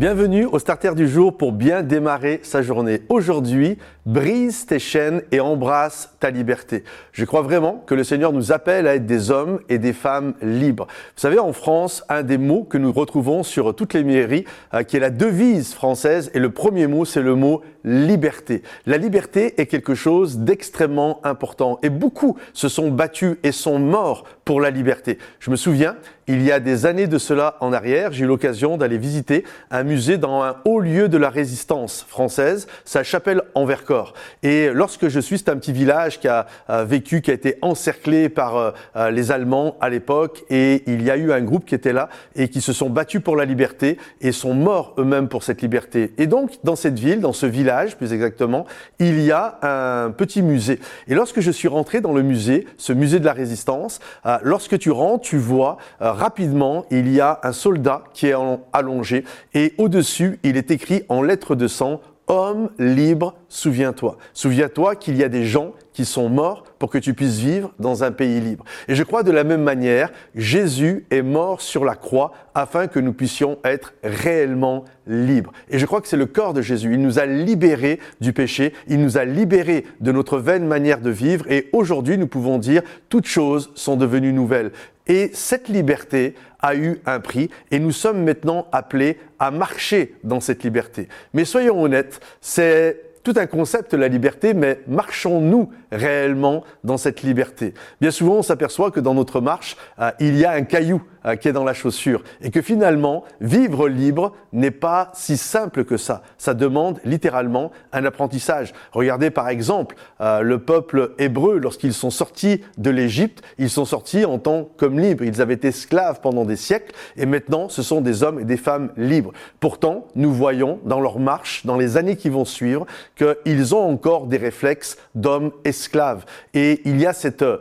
Bienvenue au Starter du jour pour bien démarrer sa journée. Aujourd'hui, brise tes chaînes et embrasse ta liberté. Je crois vraiment que le Seigneur nous appelle à être des hommes et des femmes libres. Vous savez, en France, un des mots que nous retrouvons sur toutes les mairies, qui est la devise française, et le premier mot, c'est le mot liberté. La liberté est quelque chose d'extrêmement important et beaucoup se sont battus et sont morts pour la liberté. Je me souviens, il y a des années de cela en arrière, j'ai eu l'occasion d'aller visiter un musée dans un haut lieu de la résistance française, sa chapelle en Vercors. Et lorsque je suis, c'est un petit village qui a vécu, qui a été encerclé par les Allemands à l'époque, et il y a eu un groupe qui était là et qui se sont battus pour la liberté et sont morts eux-mêmes pour cette liberté. Et donc, dans cette ville, dans ce village plus exactement, il y a un petit musée. Et lorsque je suis rentré dans le musée, ce musée de la résistance, lorsque tu rentres, tu vois rapidement, il y a un soldat qui est allongé et au-dessus, il est écrit en lettres de sang « Homme libre, souviens-toi ». Souviens-toi qu'il y a des gens qui sont morts pour que tu puisses vivre dans un pays libre. Et je crois de la même manière, Jésus est mort sur la croix afin que nous puissions être réellement libres. Et je crois que c'est le corps de Jésus. Il nous a libérés du péché, il nous a libérés de notre vaine manière de vivre et aujourd'hui nous pouvons dire toutes choses sont devenues nouvelles. Et cette liberté a eu un prix et nous sommes maintenant appelés à marcher dans cette liberté. Mais soyons honnêtes, c'est tout un concept, la liberté, mais marchons-nous réellement dans cette liberté? Bien souvent, on s'aperçoit que dans notre marche, il y a un caillou qui est dans la chaussure et que finalement, vivre libre n'est pas si simple que ça. Ça demande littéralement un apprentissage. Regardez par exemple le peuple hébreu, lorsqu'ils sont sortis de l'Égypte, ils sont sortis en tant qu'hommes libres. Ils avaient été esclaves pendant des siècles et maintenant, ce sont des hommes et des femmes libres. Pourtant, nous voyons dans leur marche, dans les années qui vont suivre, qu'ils ont encore des réflexes d'hommes esclaves. Et il y a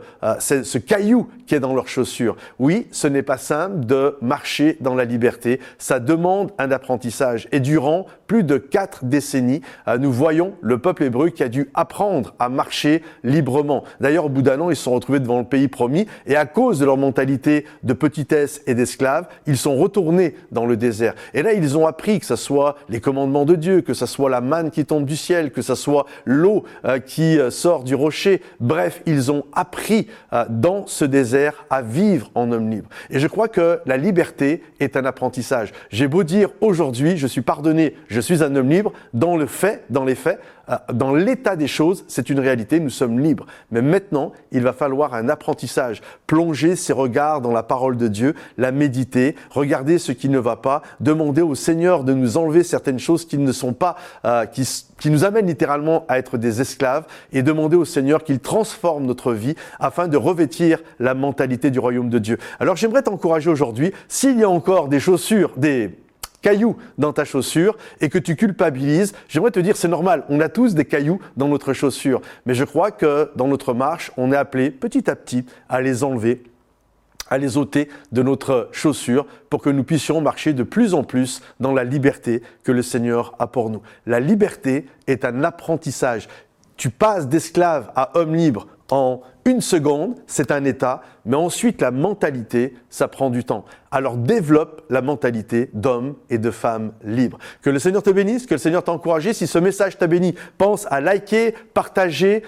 ce caillou qui est dans leurs chaussures. Oui, ce n'est pas simple de marcher dans la liberté. Ça demande un apprentissage. Et durant plus de 4 décennies, nous voyons le peuple hébreu qui a dû apprendre à marcher librement. D'ailleurs, au bout d'un an, ils se sont retrouvés devant le pays promis. Et à cause de leur mentalité de petitesse et d'esclaves, ils sont retournés dans le désert. Et là, ils ont appris que ce soit les commandements de Dieu, que ce soit la manne qui tombe du ciel, que ce soit l'eau qui sort du rocher. Bref, ils ont appris dans ce désert à vivre en homme libre. Et je crois que la liberté est un apprentissage. J'ai beau dire aujourd'hui, je suis pardonné, je suis un homme libre, dans les faits, dans l'état des choses, c'est une réalité, nous sommes libres. Mais maintenant, il va falloir un apprentissage, plonger ses regards dans la parole de Dieu, la méditer, regarder ce qui ne va pas, demander au Seigneur de nous enlever certaines choses qui ne sont pas, qui nous amènent littéralement à être des esclaves et demander au Seigneur qu'il transforme notre vie afin de revêtir la mentalité du royaume de Dieu. Alors j'aimerais t'encourager aujourd'hui, s'il y a encore des chaussures, des cailloux dans ta chaussure et que tu culpabilises, j'aimerais te dire c'est normal, on a tous des cailloux dans notre chaussure, mais je crois que dans notre marche, on est appelé petit à petit à les enlever, à les ôter de notre chaussure pour que nous puissions marcher de plus en plus dans la liberté que le Seigneur a pour nous. La liberté est un apprentissage. Tu passes d'esclave à homme libre en 1 seconde, c'est un état, mais ensuite la mentalité, ça prend du temps. Alors développe la mentalité d'homme et de femme libres. Que le Seigneur te bénisse, que le Seigneur t'a encouragé. Si ce message t'a béni, pense à liker, partager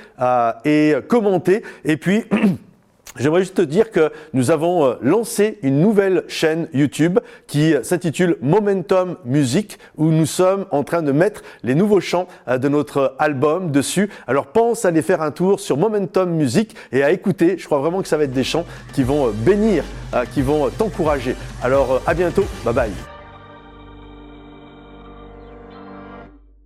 et commenter. Et puis j'aimerais juste te dire que nous avons lancé une nouvelle chaîne YouTube qui s'intitule Momentum Music où nous sommes en train de mettre les nouveaux chants de notre album dessus. Alors pense à aller faire un tour sur Momentum Music et à écouter. Je crois vraiment que ça va être des chants qui vont bénir, qui vont t'encourager. Alors à bientôt. Bye bye.